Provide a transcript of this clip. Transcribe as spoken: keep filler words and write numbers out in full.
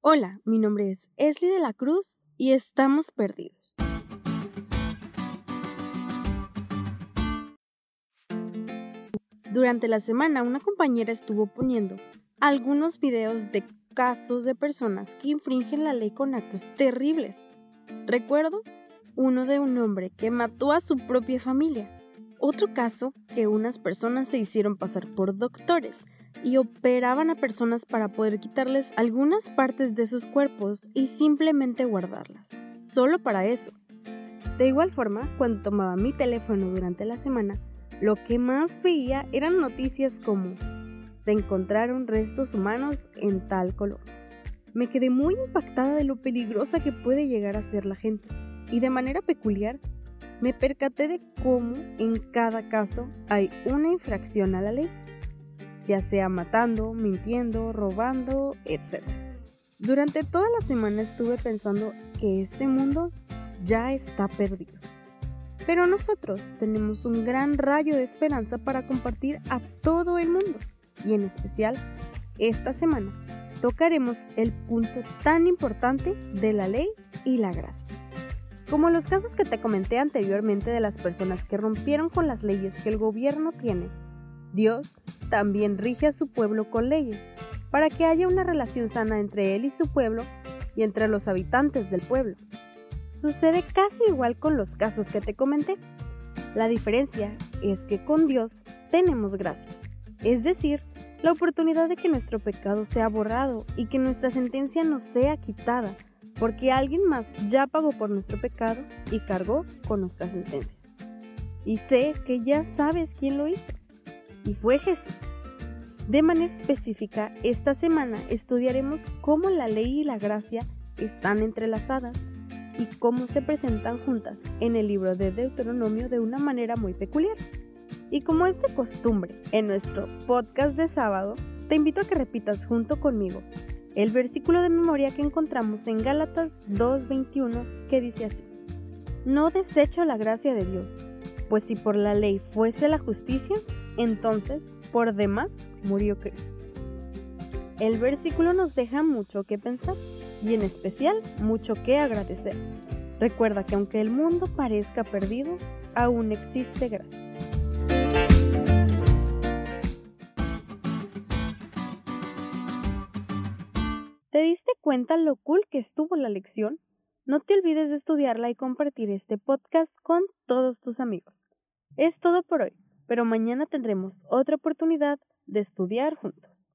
Hola, mi nombre es Esli de la Cruz y estamos perdidos. Durante la semana, una compañera estuvo poniendo algunos videos de casos de personas que infringen la ley con actos terribles. Recuerdo uno de un hombre que mató a su propia familia. Otro caso que unas personas se hicieron pasar por doctores y operaban a personas para poder quitarles algunas partes de sus cuerpos y simplemente guardarlas, solo para eso. De igual forma, cuando tomaba mi teléfono durante la semana, lo que más veía eran noticias como se encontraron restos humanos en tal color. Me quedé muy impactada de lo peligrosa que puede llegar a ser la gente y de manera peculiar me percaté de cómo en cada caso hay una infracción a la ley, ya sea matando, mintiendo, robando, etcétera. Durante toda la semana estuve pensando que este mundo ya está perdido. Pero nosotros tenemos un gran rayo de esperanza para compartir a todo el mundo. Y en especial, esta semana, tocaremos el punto tan importante de la ley y la gracia. Como los casos que te comenté anteriormente de las personas que rompieron con las leyes que el gobierno tiene, Dios también rige a su pueblo con leyes, para que haya una relación sana entre Él y su pueblo y entre los habitantes del pueblo. Sucede casi igual con los casos que te comenté. La diferencia es que con Dios tenemos gracia, es decir, la oportunidad de que nuestro pecado sea borrado y que nuestra sentencia nos sea quitada, porque alguien más ya pagó por nuestro pecado y cargó con nuestra sentencia. Y sé que ya sabes quién lo hizo, y fue Jesús. De manera específica, esta semana estudiaremos cómo la ley y la gracia están entrelazadas y cómo se presentan juntas en el libro de Deuteronomio de una manera muy peculiar. Y como es de costumbre en nuestro podcast de sábado, te invito a que repitas junto conmigo el versículo de memoria que encontramos en Gálatas dos veintiuno, que dice así: No desecho la gracia de Dios, pues si por la ley fuese la justicia, entonces por demás murió Cristo. El versículo nos deja mucho que pensar y en especial mucho que agradecer. Recuerda que aunque el mundo parezca perdido, aún existe gracia. ¿Te diste cuenta lo cool que estuvo la lección? No te olvides de estudiarla y compartir este podcast con todos tus amigos. Es todo por hoy, pero mañana tendremos otra oportunidad de estudiar juntos.